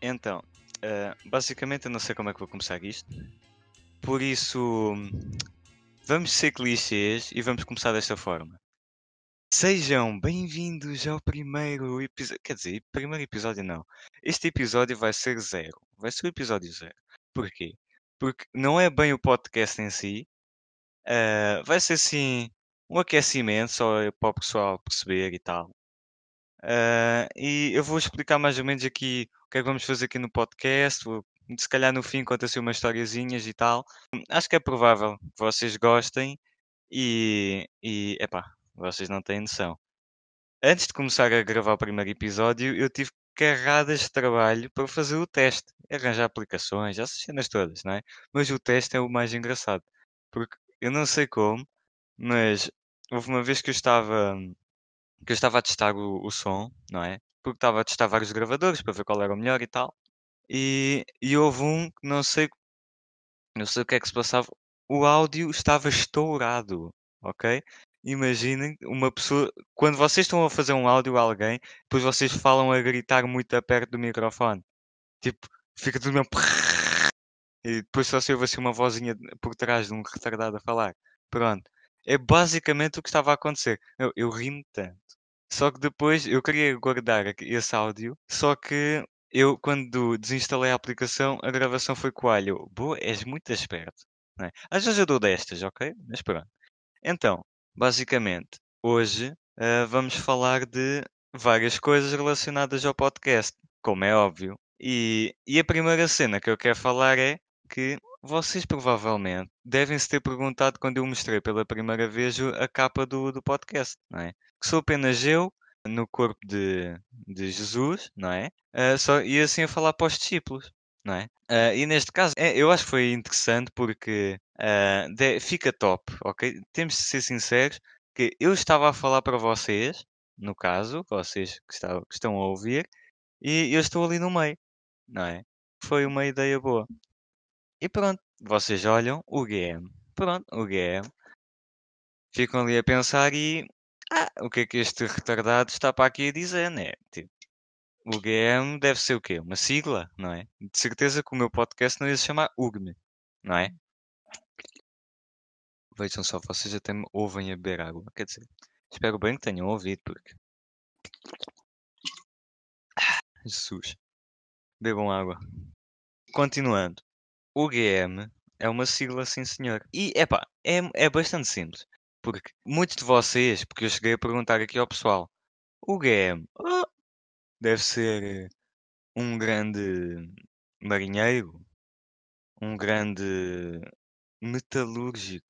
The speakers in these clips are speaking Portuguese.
Então, basicamente eu não sei como é que vou começar isto. Por isso, vamos ser clichês e vamos começar desta forma. Sejam bem-vindos ao primeiro episódio. Quer dizer, primeiro episódio não. Este episódio vai ser zero. Vai ser o episódio zero. Porquê? Porque não é bem o podcast em si. Vai ser sim um aquecimento só para o pessoal perceber e tal. E eu vou explicar mais ou menos aqui o que é que vamos fazer aqui no podcast. Se calhar no fim conta assim umas historiazinhas e tal. Acho que é provável que vocês gostem e epá, vocês não têm noção. Antes de começar a gravar o primeiro episódio, eu tive carradas de trabalho para fazer o teste, arranjar aplicações, essas cenas todas, não é? Mas o teste é o mais engraçado, porque eu não sei como, mas houve uma vez que eu estava a testar o som, não é? Porque estava a testar vários gravadores para ver qual era o melhor e tal. E houve um que não sei o que é que se passava. O áudio estava estourado, ok? Imaginem uma pessoa. Quando vocês estão a fazer um áudio a alguém, depois vocês falam a gritar muito a perto do microfone. Tipo, fica tudo mesmo. E depois só se ouve assim uma vozinha por trás de um retardado a falar. Pronto. É basicamente o que estava a acontecer. Eu ri-me tanto. Só que depois eu queria guardar esse áudio, só que eu, quando desinstalei a aplicação, a gravação foi coalha. Boa, és muito esperto. Não é? Às vezes eu dou destas, ok? Mas pronto. Então, basicamente, hoje vamos falar de várias coisas relacionadas ao podcast, como é óbvio. E a primeira cena que eu quero falar é que vocês provavelmente devem se ter perguntado quando eu mostrei pela primeira vez a capa do podcast, não é? Que sou apenas eu no corpo de Jesus, não é? E assim a falar para os discípulos, não é? E neste caso, eu acho que foi interessante porque fica top, ok? Temos de ser sinceros que eu estava a falar para vocês, no caso, vocês que estão a ouvir, e eu estou ali no meio, não é? Foi uma ideia boa. E pronto, vocês olham o GM. Pronto, o GM. Ficam ali a pensar e. O que é que este retardado está para aqui a dizer, né? Tipo, o GM deve ser o quê? Uma sigla, não é? De certeza que o meu podcast não ia se chamar UGME, não é? Vejam só, vocês até me ouvem a beber água. Quer dizer, espero bem que tenham ouvido, porque. Jesus. Bebam água. Continuando. O GM é uma sigla, sim senhor. E, epá, é bastante simples. Porque muitos de vocês, porque eu cheguei a perguntar aqui ao pessoal, o GM deve ser um grande marinheiro, um grande metalúrgico.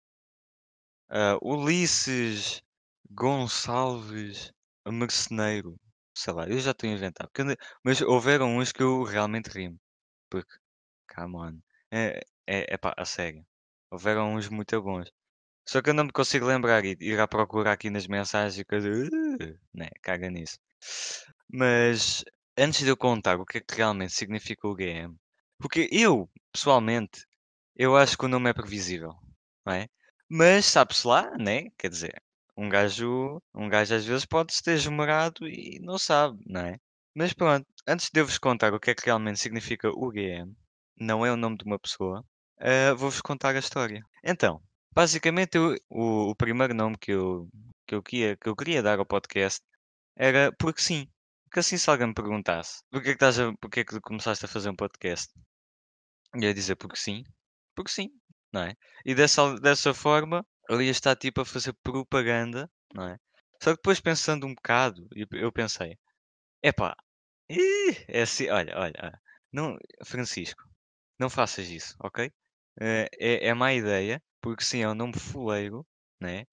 Ulisses Gonçalves Merceneiro. Sei lá, eu já estou a inventar. Mas houveram uns que eu realmente rimo. Porque, come on. Pá, a sério. Houveram uns muito bons. Só que eu não me consigo lembrar e ir à procura aqui nas mensagens e coisa. Né, caga nisso. Mas antes de eu contar o que é que realmente significa o GM, porque eu, pessoalmente, eu acho que o nome é previsível, não é? Mas sabe-se lá, né? Quer dizer, um gajo às vezes pode se ter esmerado e não sabe, não é? Mas pronto, antes de eu vos contar o que é que realmente significa o GM, não é o nome de uma pessoa, vou-vos contar a história. Então, basicamente o primeiro nome que eu queria dar ao podcast era porque sim. Porque assim se alguém me perguntasse porque é que começaste a fazer um podcast? Eu ia dizer porque sim, não é? E dessa forma, ele ia estar tipo a fazer propaganda, não é? Só que depois pensando um bocado, eu pensei, epá, é assim, olha, não, Francisco, não faças isso, ok? É má ideia, porque sim, é um nome fuleiro, né?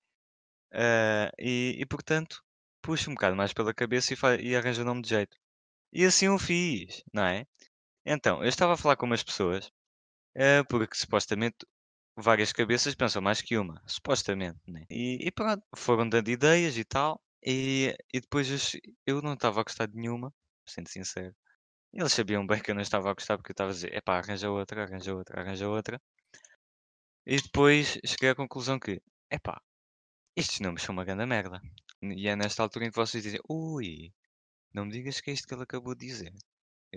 E portanto, puxa um bocado mais pela cabeça e arranja o nome de jeito. E assim o fiz, não é? Então, eu estava a falar com umas pessoas, porque supostamente várias cabeças pensam mais que uma, supostamente, né? E pronto, foram dando ideias e tal, e depois eu não estava a gostar de nenhuma, sendo sincero. Eles sabiam bem que eu não estava a gostar porque eu estava a dizer, epá, arranja outra, arranja outra, arranja outra. E depois cheguei à conclusão que, epá, estes nomes são uma grande merda. E é nesta altura em que vocês dizem, ui, não me digas que é isto que ele acabou de dizer. Eu,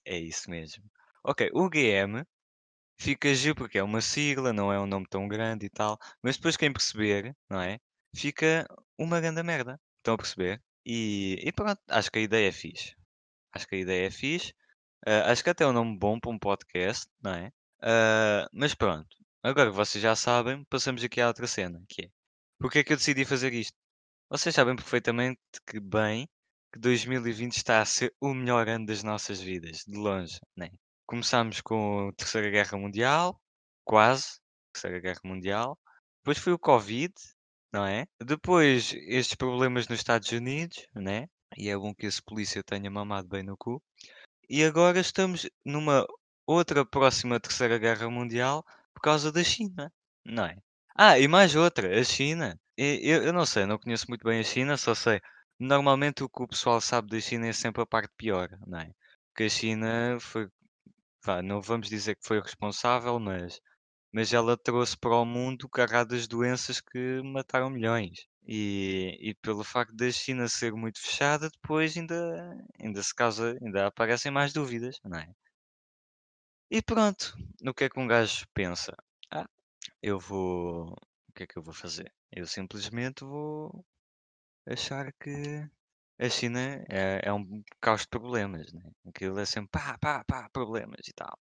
É isso mesmo. Ok, o GM fica giro porque é uma sigla, não é um nome tão grande e tal, mas depois quem perceber, não é? Fica uma grande merda. Estão a perceber? E pronto, acho que a ideia é fixe. Acho que a ideia é fixe. Acho que até é um nome bom para um podcast, não é? Mas pronto, agora que vocês já sabem, passamos aqui à outra cena, que é porque é que eu decidi fazer isto? Vocês sabem perfeitamente que bem que 2020 está a ser o melhor ano das nossas vidas, de longe, né? Começámos com a Terceira Guerra Mundial, quase, Terceira Guerra Mundial. Depois foi o Covid, não é? Depois estes problemas nos Estados Unidos, né? E é bom que esse polícia tenha mamado bem no cu. E agora estamos numa outra próxima Terceira Guerra Mundial por causa da China, não é? Ah, e mais outra, a China. Eu não sei, não conheço muito bem a China, só sei. Normalmente o que o pessoal sabe da China é sempre a parte pior, não é? Que a China foi, vá, não vamos dizer que foi responsável, mas ela trouxe para o mundo carradas de doenças que mataram milhões. E pelo facto da China ser muito fechada, depois ainda se causa, ainda aparecem mais dúvidas, não é? E pronto, no que é que um gajo pensa? Ah, eu vou. O que é que eu vou fazer? Eu simplesmente vou achar que a China é um caos de problemas, né? Aquilo é sempre pá, pá, pá, problemas e tal.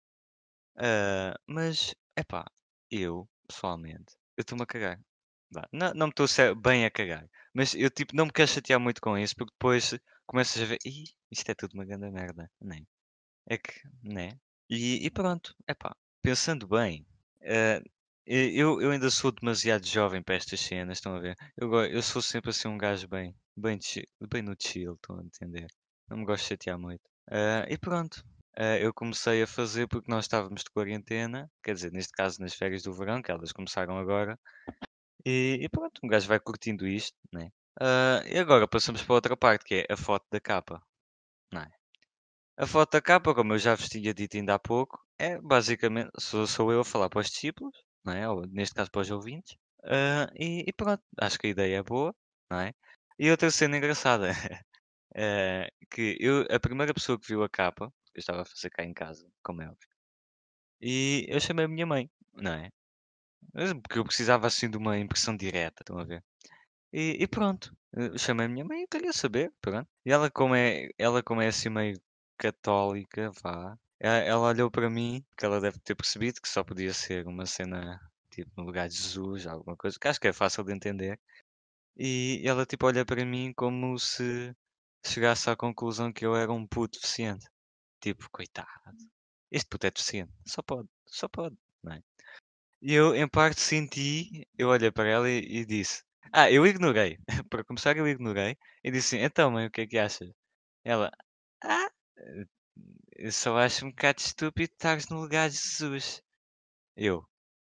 Mas, epá, eu, pessoalmente, eu estou-me a cagar. Vá, não me estou bem a cagar. Mas eu, tipo, não me quero chatear muito com isso, porque depois começas a ver, ih, isto é tudo uma grande merda, né? É que, né? E pronto, epá, pensando bem, eh, eu ainda sou demasiado jovem para estas cenas, estão a ver? Eu sou sempre assim um gajo bem no chill, estão a entender? Não me gosto de chatear muito. E pronto, eu comecei a fazer porque nós estávamos de quarentena, quer dizer, neste caso nas férias do verão, que elas começaram agora, e pronto, um gajo vai curtindo isto, né? E agora passamos para outra parte, que é a foto da capa, não é? A foto da capa, como eu já vos tinha dito ainda há pouco, é basicamente, sou eu a falar para os discípulos, não é? Ou, neste caso para os ouvintes. E pronto, acho que a ideia é boa, não é? E outra cena engraçada, que a primeira pessoa que viu a capa, eu estava a fazer cá em casa, como é óbvio, e eu chamei a minha mãe, não é? Porque eu precisava assim de uma impressão direta, estão a ver? E pronto, chamei a minha mãe e queria saber, pronto. E ela como é assim meio católica, vá. Ela olhou para mim, que ela deve ter percebido que só podia ser uma cena, tipo, no lugar de Jesus, alguma coisa, que acho que é fácil de entender. E ela, tipo, olha para mim como se chegasse à conclusão que eu era um puto deficiente. Tipo, coitado, este puto é deficiente, só pode, não é? E eu, em parte, eu olhei para ela e disse: Ah, eu ignorei. Para começar, eu ignorei. E disse assim: Então, mãe, o que é que achas? Ela: Ah, eu só acho um bocado estúpido estares no lugar de Jesus. Eu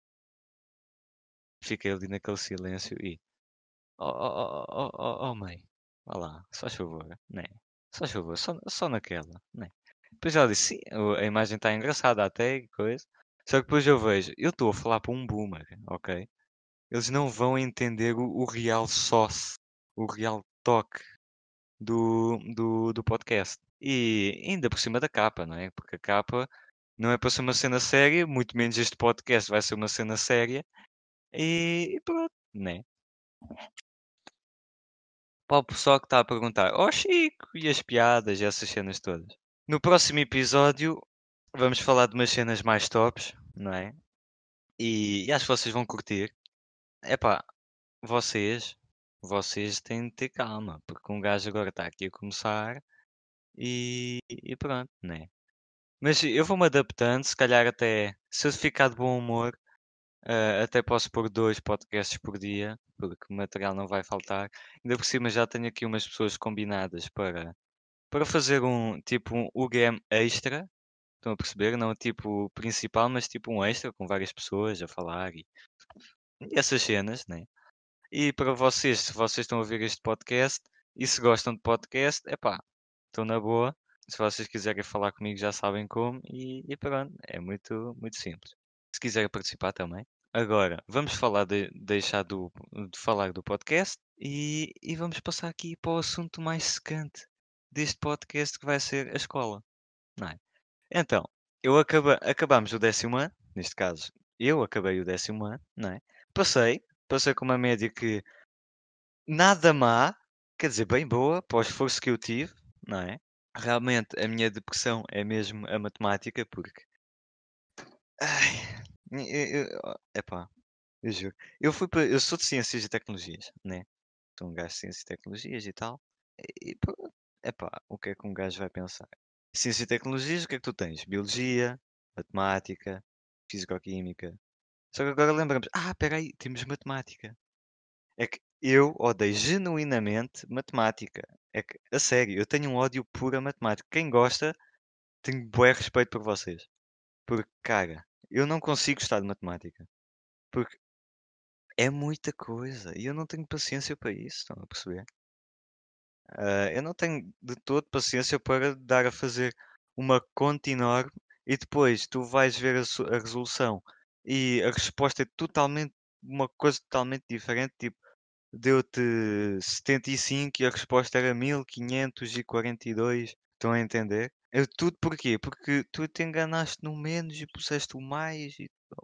fiquei ali naquele silêncio e: Oh, mãe, vá lá, se faz favor, né? Se faz favor, só naquela, né? Depois ela disse: Sim, a imagem está engraçada até e coisa. Só que depois eu vejo, eu estou a falar para um boomer, ok? Eles não vão entender o real sauce, o real toque do podcast. E ainda por cima da capa, não é? Porque a capa não é para ser uma cena séria, muito menos este podcast vai ser uma cena séria. E pronto, né? Para o pessoal que está a perguntar, oh Chico, e as piadas e essas cenas todas. No próximo episódio vamos falar de umas cenas mais tops, não é? E acho que vocês vão curtir. Epá, vocês, vocês têm de ter calma, porque um gajo agora está aqui a começar e pronto, né? Mas eu vou-me adaptando, se calhar até, se eu ficar de bom humor, até posso pôr 2 podcasts por dia, porque o material não vai faltar. Ainda por cima já tenho aqui umas pessoas combinadas para fazer tipo um UGM extra, estão a perceber? Não tipo o principal, mas tipo um extra, com várias pessoas a falar e essas cenas, né? E para vocês, se vocês estão a ouvir este podcast e se gostam de podcast, epá, estou na boa. Se vocês quiserem falar comigo já sabem como e pronto, é muito, muito simples. Se quiserem participar também. Agora, vamos falar de falar do podcast e vamos passar aqui para o assunto mais secante deste podcast que vai ser a escola. não é? Então, acabámos o 10º ano, neste caso, eu acabei o 10º ano, não é? Passei com uma média que nada má, quer dizer, bem boa, para o esforço que eu tive, não é? Realmente, a minha depressão é mesmo a matemática, porque. Ai, epá, eu juro. Eu sou de Ciências e Tecnologias, né? Sou um gajo de Ciências e Tecnologias e tal. Pronto, epá, o que é que um gajo vai pensar? Ciências e Tecnologias, o que é que tu tens? Biologia, matemática, fisicoquímica. Só que agora lembramos, espera aí, temos matemática. É que eu odeio genuinamente matemática. É que, a sério, eu tenho um ódio puro a matemática. Quem gosta, tenho bué respeito por vocês. Porque, cara, eu não consigo gostar de matemática. Porque é muita coisa. E eu não tenho paciência para isso, estão a perceber? Eu não tenho de todo paciência para dar a fazer uma conta enorme e depois tu vais ver a resolução e a resposta é totalmente uma coisa totalmente diferente. Tipo, deu-te 75 e a resposta era 1542. Estão a entender? É tudo porquê? Porque tu te enganaste no menos e puseste o mais.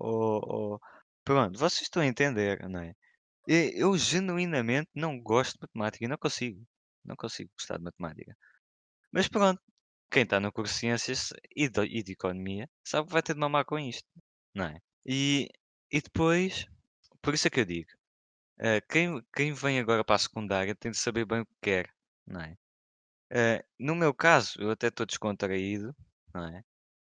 Pronto, vocês estão a entender, não é? Eu genuinamente não gosto de matemática e não consigo. Não consigo gostar de matemática. Mas pronto, quem está no curso de Ciências e de Economia sabe que vai ter de mamar com isto, não é? E depois, por isso é que eu digo. Quem vem agora para a secundária tem de saber bem o que quer, não é? No meu caso, eu até estou descontraído, não é?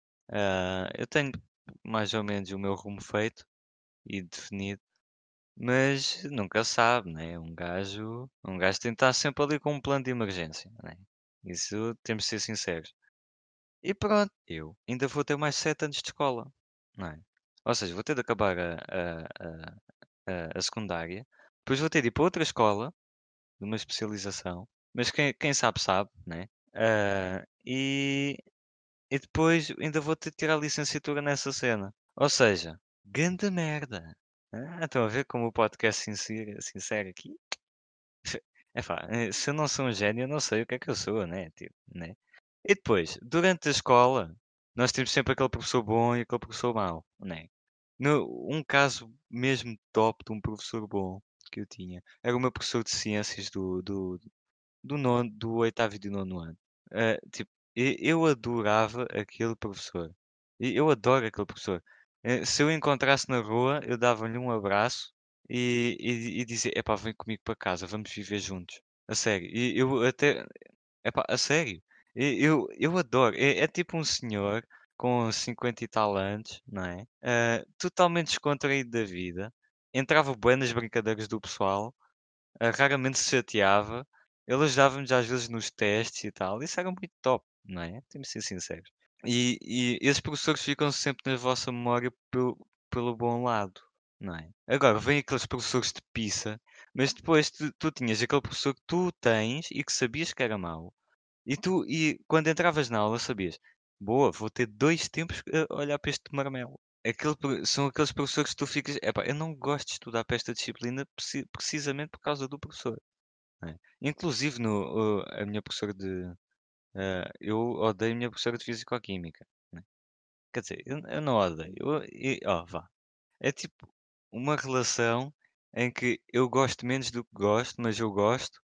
Eu tenho mais ou menos o meu rumo feito e definido, mas nunca sabe, né? Um gajo tem de estar sempre ali com um plano de emergência, né? Isso temos de ser sinceros. E pronto, eu ainda vou ter mais 7 anos de escola, não é? Ou seja, vou ter de acabar a secundária, depois vou ter de ir para outra escola, de uma especialização, mas quem sabe sabe, né? Ah, e depois ainda vou ter de tirar a licenciatura nessa cena. Ou seja, ganda merda. Estão a ver como o podcast sincero aqui? Se eu não sou um gênio, eu não sei o que é que eu sou, né? Tipo, né? E depois, durante a escola, nós temos sempre aquele professor bom e aquele professor mau, né? Um caso mesmo top de um professor bom que eu tinha era o meu professor de ciências do oitavo e do nono ano. Tipo, eu adorava aquele professor. Eu adoro aquele professor. Se eu o encontrasse na rua, eu dava-lhe um abraço e dizia: Epá, vem comigo para casa, vamos viver juntos. A sério. E eu até. Epá, a sério. Eu adoro. É tipo um senhor com 50 e tal anos, não é? Totalmente descontraído da vida. Entrava bem nas brincadeiras do pessoal, raramente se chateava. Ele ajudava-nos às vezes nos testes e tal. Isso era muito top, não é? Temos de ser sinceros. E esses professores ficam sempre na vossa memória pelo bom lado, não é? Agora, vem aqueles professores de pizza, mas depois tu tinhas aquele professor que tu tens e que sabias que era mau. E quando entravas na aula sabias, boa, vou ter 2 tempos a olhar para este marmelo. São aqueles professores que tu ficas, epá, eu não gosto de estudar para esta disciplina precisamente por causa do professor. Não é? Inclusive, a minha professora eu odeio a minha professora de Fisicoquímica. Né? Quer dizer, eu não odeio. Vá. É tipo uma relação em que eu gosto menos do que gosto, mas eu gosto.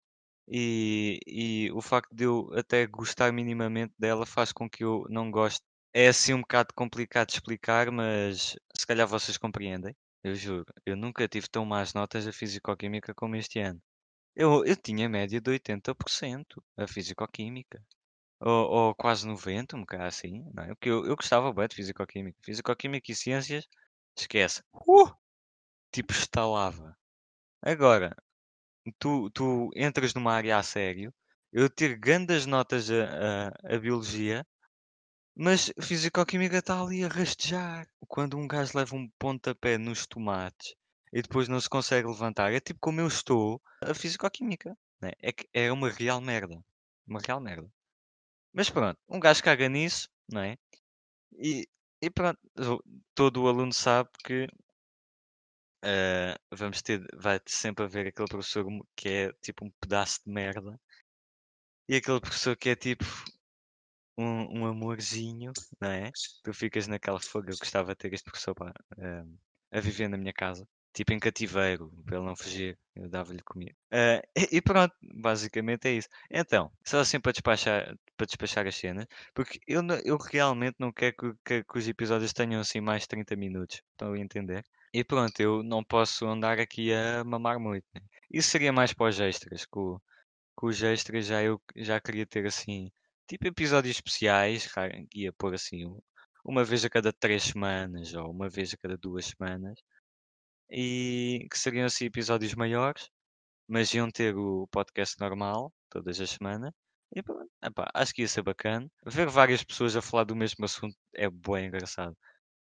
E o facto de eu até gostar minimamente dela faz com que eu não goste. É assim um bocado complicado de explicar, mas se calhar vocês compreendem. Eu juro, eu nunca tive tão más notas a Fisicoquímica como este ano. Eu tinha média de 80% a Fisicoquímica. Ou quase 90, um bocado assim, não é? Porque eu gostava bem de Fisicoquímica. Fisicoquímica e Ciências, esquece. Tipo, estalava. Agora, tu entras numa área a sério, eu tiro grandes notas a Biologia, mas Fisicoquímica está ali a rastejar. Quando um gajo leva um pontapé nos tomates e depois não se consegue levantar, é tipo como eu estou a Fisicoquímica, né? É que é uma real merda. Uma real merda. Mas pronto, um gajo caga nisso, não é? E, e pronto, todo o aluno sabe que vai sempre haver aquele professor que é tipo um pedaço de merda e aquele professor que é tipo um amorzinho, não é? Tu ficas naquela fogo, eu gostava de ter este professor pá, a viver na minha casa, tipo em cativeiro, para ele não fugir, eu dava-lhe comida. E pronto, basicamente é isso. Então, só assim para despachar as cenas, porque eu realmente não quero que os episódios tenham assim mais de 30 minutos, estão a entender? E pronto, eu não posso andar aqui a mamar muito, né? Isso seria mais para os extras, com os extras eu já queria ter assim, tipo episódios especiais, ia pôr assim uma vez a cada 3 semanas ou uma vez a cada 2 semanas, e que seriam assim episódios maiores, mas iam ter o podcast normal todas as semanas. E pronto, epá, acho que ia ser bacana. Ver várias pessoas a falar do mesmo assunto é bem engraçado.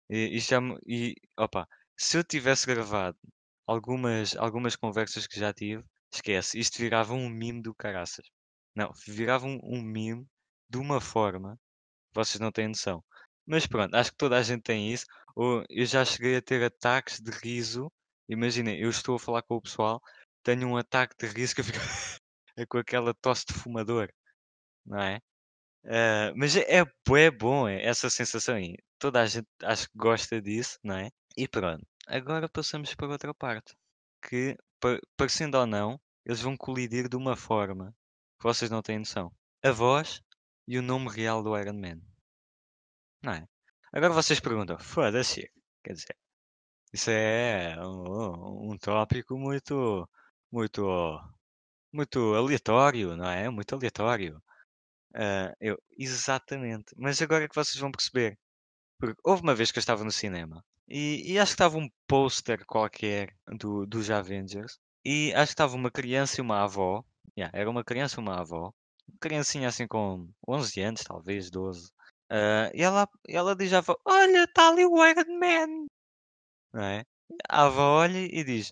Opa, se eu tivesse gravado algumas conversas que já tive, esquece, isto virava um meme do caraças. Não, virava um meme de uma forma, vocês não têm noção. Mas pronto, acho que toda a gente tem isso. Ou eu já cheguei a ter ataques de riso. Imaginem, eu estou a falar com o pessoal, tenho um ataque de riso que eu fico com aquela tosse de fumador, não é? Mas bué bom essa sensação aí. Toda a gente acho que gosta disso, não é? E pronto, agora passamos para outra parte. Que, parecendo ou não, eles vão colidir de uma forma que vocês não têm noção. A voz e o nome real do Iron Man, não é? Agora vocês perguntam, foda-se, quer dizer, isso é um tópico muito, muito aleatório, não é? Muito aleatório. Exatamente. Mas agora é que vocês vão perceber. Porque houve uma vez que eu estava no cinema e acho que estava um póster qualquer dos Avengers e acho que estava uma criança e uma avó. Yeah, era uma criança e uma avó. Uma criancinha assim com 11 anos, talvez 12. E ela diz à avó, olha, está ali o Iron Man. Não é? A avó olha e diz,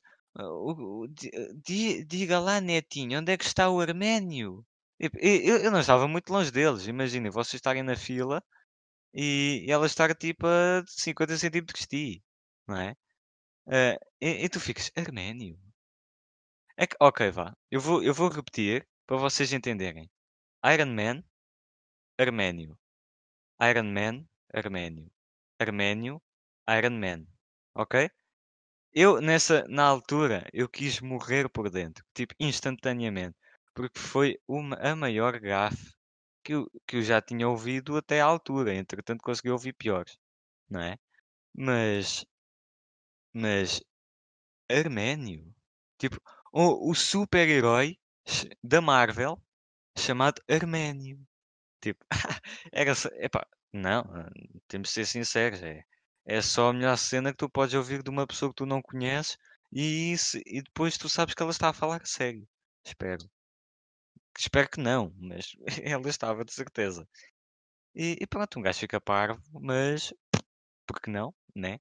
diga lá, netinho, onde é que está o Arménio? Eu não estava muito longe deles. Imaginem, vocês estarem na fila e ela estar tipo a 50 centímetros de ti, não é? E tu ficas, Arménio? É que, ok, vá. Eu vou repetir para vocês entenderem. Iron Man, Arménio. Iron Man, Arménio. Arménio, Iron Man. Ok? Na altura, eu quis morrer por dentro. Tipo, instantaneamente. Porque foi a maior gafe que eu já tinha ouvido até à altura. Entretanto, consegui ouvir piores, não é? Mas, mas Arménio. Tipo, o super-herói da Marvel chamado Arménio. Tipo, epá, não, temos de ser sinceros. É só a melhor cena que tu podes ouvir de uma pessoa que tu não conheces e depois tu sabes que ela está a falar a sério. Espero. Espero que não, mas ela estava de certeza. E pronto, um gajo fica parvo, mas por que não, né?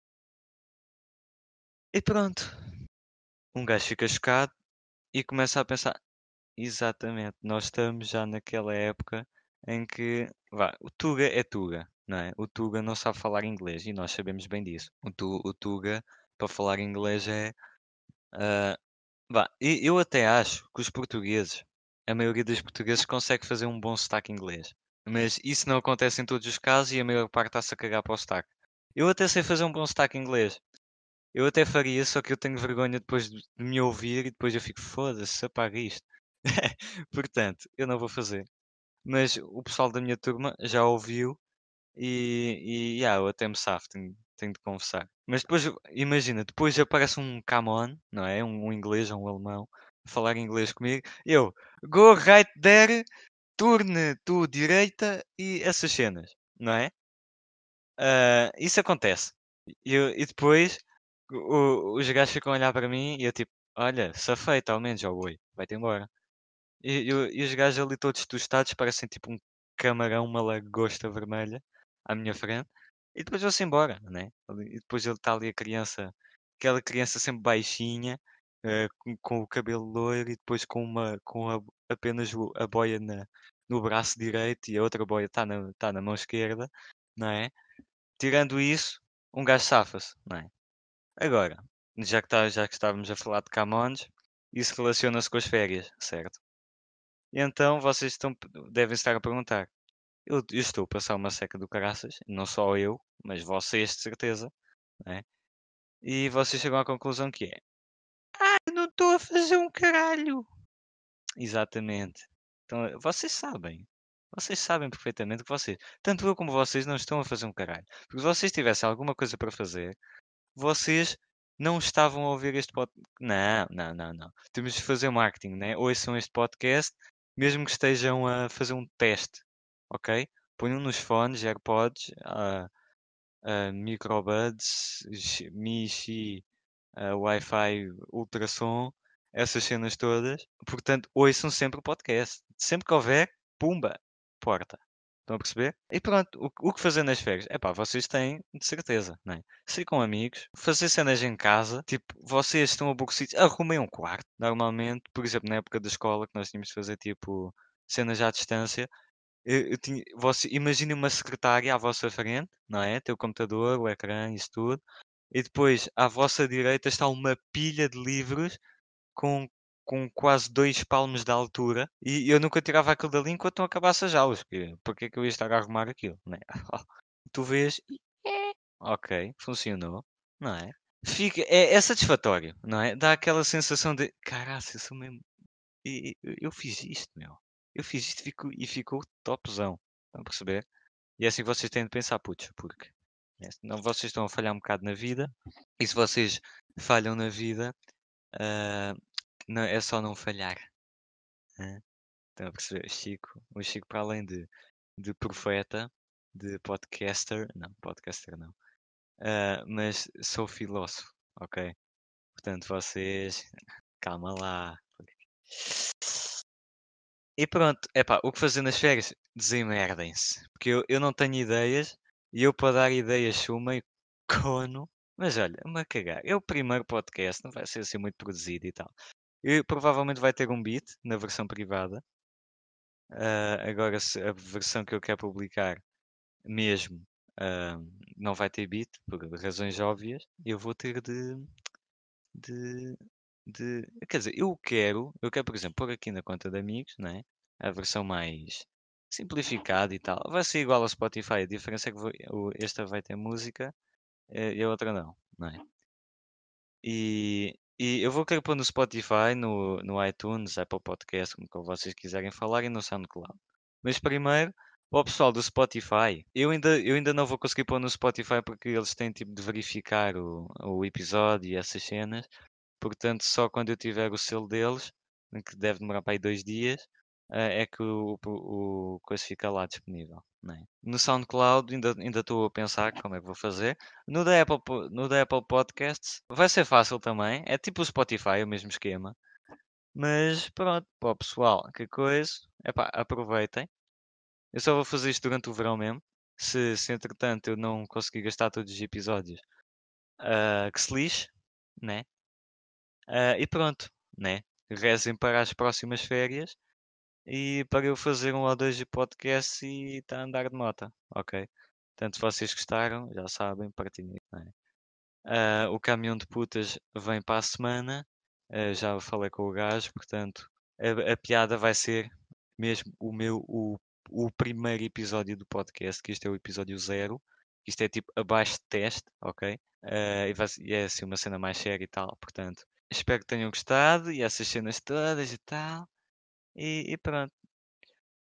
E pronto, um gajo fica chocado e começa a pensar. Exatamente, nós estamos já naquela época em que, vá, o Tuga é Tuga, não é? O Tuga não sabe falar inglês e nós sabemos bem disso. O Tuga, para falar inglês ah, vá, eu até acho que os portugueses, a maioria dos portugueses consegue fazer um bom sotaque inglês, mas isso não acontece em todos os casos e a maior parte está-se a cagar para o sotaque. Eu até sei fazer um bom sotaque inglês. Eu até faria, só que eu tenho vergonha depois de me ouvir e depois eu fico, foda-se, apaga isto. Portanto, eu não vou fazer. Mas o pessoal da minha turma já ouviu eu até me safo, tenho de confessar. Mas depois, imagina, depois aparece um come on, não é? Um inglês ou um alemão, a falar inglês comigo. Eu, go right there, turn to direita e essas cenas, não é? Isso acontece. E depois os gajos ficam a olhar para mim e eu tipo, olha, safei, ao menos, ó boi, vai-te embora. E os gajos ali todos tostados parecem tipo um camarão, uma lagosta vermelha à minha frente. E depois vou-se embora, né? E depois ele está ali a criança, aquela criança sempre baixinha, com o cabelo loiro e depois apenas a boia no braço direito e a outra boia está na mão esquerda, não é? Tirando isso, um gajo safa-se, não é? Agora, já que estávamos a falar de Camões, isso relaciona-se com as férias, certo? E então devem estar a perguntar: eu estou a passar uma seca do caraças, não só eu, mas vocês de certeza, né? E vocês chegam à conclusão que é: eu não estou a fazer um caralho. Exatamente. Então, vocês sabem perfeitamente que vocês, tanto eu como vocês, não estão a fazer um caralho. Porque se vocês tivessem alguma coisa para fazer, vocês não estavam a ouvir este podcast. Não, não, não, não. Temos de fazer marketing, né? Ouçam este podcast, mesmo que estejam a fazer um teste, ok? Ponham nos fones, AirPods, microbuds, Mishi, Wi-Fi, ultrassom, essas cenas todas. Portanto, ouçam sempre o podcast. Sempre que houver, pumba, porta. Estão a perceber? E pronto, o que fazer nas férias? É pá, vocês têm, de certeza, não é? Sair com amigos, fazer cenas em casa, tipo, vocês estão aborrecidos, arrumem um quarto. Normalmente, por exemplo, na época da escola, que nós tínhamos de fazer, tipo, cenas à distância, imaginem uma secretária à vossa frente, não é? Tem o computador, o ecrã, isso tudo. E depois, à vossa direita, está uma pilha de livros com, com quase 2 palmos de altura. E eu nunca tirava aquilo dali enquanto não acabasse as aulas. Porque é que eu ia estar a arrumar aquilo, né? Tu vês e... Ok, funcionou, não é? É satisfatório, não é? Dá aquela sensação de... Caraca, eu sou mesmo... eu fiz isto, meu. Eu fiz isto e ficou topzão. Estão a perceber? E é assim que vocês têm de pensar, putz, porque senão vocês estão a falhar um bocado na vida. E se vocês falham na vida, ah, é só não falhar. Né? Estão a perceber? O Chico, para além de profeta, de podcaster, não, podcaster não, mas sou filósofo, ok? Portanto, vocês, calma lá. E pronto, epá, o que fazer nas férias? Desemerdem-se. Porque eu não tenho ideias e eu para dar ideias sou meio cono. Mas olha, me a cagar. É o primeiro podcast, não vai ser assim muito produzido e tal. Provavelmente vai ter um beat na versão privada. Agora, a versão que eu quero publicar mesmo ah, não vai ter beat, por razões óbvias. Eu vou ter de, quer dizer, eu quero, por exemplo, pôr aqui na conta de amigos, né? A versão mais simplificada e tal. Vai ser igual ao Spotify. A diferença é que esta vai ter música e a outra não é? E eu vou querer pôr no Spotify, no iTunes, Apple Podcast, como vocês quiserem falar, e no SoundCloud. Mas primeiro, para o pessoal do Spotify, eu ainda não vou conseguir pôr no Spotify porque eles têm tipo de verificar o episódio e essas cenas. Portanto, só quando eu tiver o selo deles, que deve demorar para aí 2 dias, é que o coisa fica lá disponível. Né? No SoundCloud ainda estou a pensar como é que vou fazer. No da Apple Podcasts vai ser fácil também. É tipo o Spotify, o mesmo esquema. Mas pronto, para o pessoal, que coisa. Epá, aproveitem. Eu só vou fazer isto durante o verão mesmo. Se entretanto eu não conseguir gastar todos os episódios, que se lixe, né? E pronto, né? Rezem para as próximas férias e para eu fazer um ou dois de podcast e está a andar de moto, ok? Portanto, se vocês gostaram, já sabem, partilhem. Né? O caminhão de putas vem para a semana, já falei com o gajo, portanto, a piada vai ser mesmo o primeiro episódio do podcast, que este é o episódio 0, que isto é tipo abaixo de teste, ok? E é assim uma cena mais séria e tal, portanto. Espero que tenham gostado e essas cenas todas e tal. E pronto.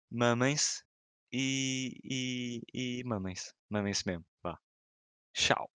Mamem-se e mamem-se. Mamem-se mesmo. Vá. Tchau.